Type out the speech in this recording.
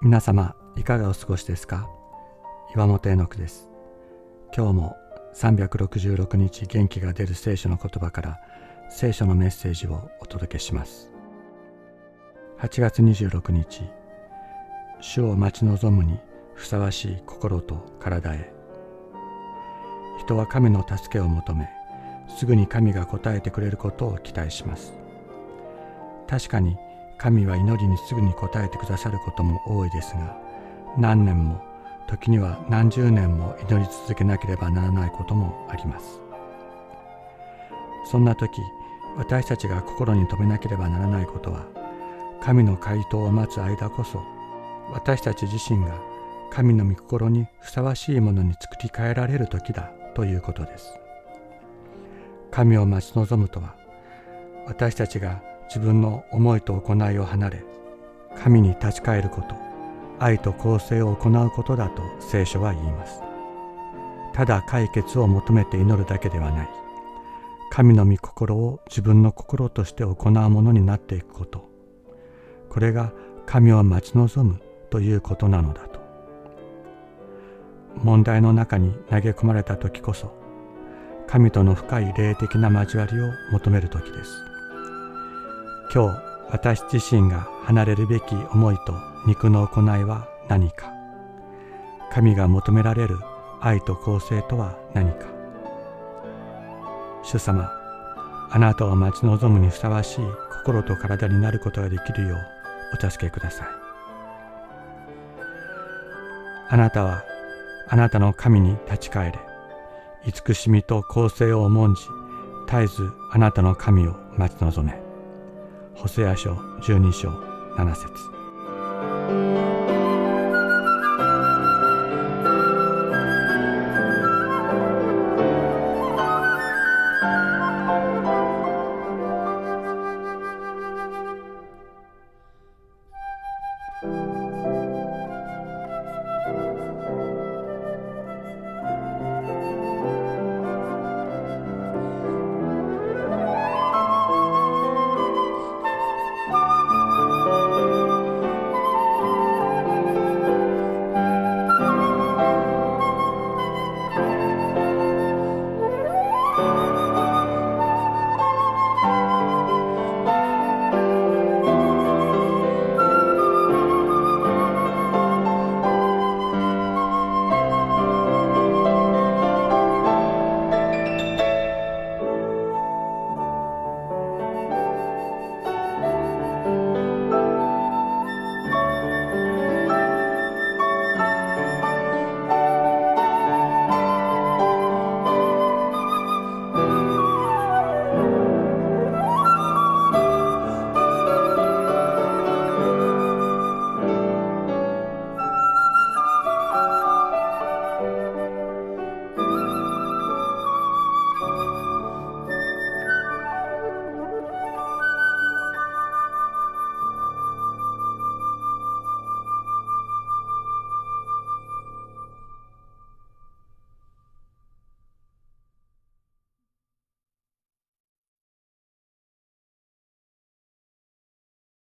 皆様いかがお過ごしですか。岩本絵の句です。今日も366日元気が出る聖書の言葉から聖書のメッセージをお届けします。8月26日、主を待ち望むにふさわしい心と体へ。人は神の助けを求め、すぐに神が答えてくれることを期待します。確かに神は祈りにすぐに応えてくださることも多いですが、何年も時には何十年も祈り続けなければならないこともあります。そんな時、私たちが心に留めなければならないことは、神の回答を待つ間こそ、私たち自身が神の御心にふさわしいものに作り変えられる時だということです。神を待ち望むとは、私たちが自分の思いと行いを離れ、神に立ち返ること、愛と公正を行うことだと聖書は言います。ただ解決を求めて祈るだけではない、神の御心を自分の心として行うものになっていくこと、これが神を待ち望むということなのだと。問題の中に投げ込まれた時こそ、神との深い霊的な交わりを求める時です。今日、私自身が離れるべき思いと肉の行いは何か。神が求められる愛と公正とは何か。主様、あなたを待ち望むにふさわしい心と体になることができるようお助けください。あなたはあなたの神に立ち返れ、慈しみと公正を重んじ、絶えずあなたの神を待ち望め。ホセア書12章7節。